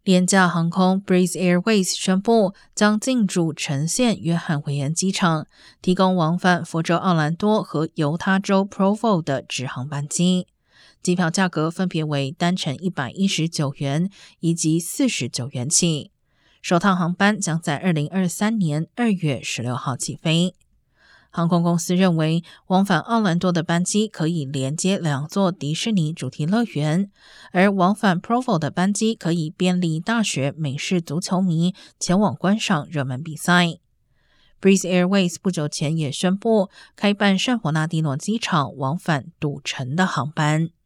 廉价航空 Breeze Airways 宣布将进驻橙县约翰韦恩机场，提供往返佛州奥兰多和犹他州 Provo 的直航班机。机票价格分别为单程119元以及49元起。首趟航班将在2023年2月16号起飞。航空公司认为，往返奥兰多的班机可以连接2座迪士尼主题乐园，而往返 Provo 的班机可以便利大学美式足球迷前往观赏热门比赛。Breeze Airways 不久前也宣布开办圣伯纳迪诺机场往返赌城的航班。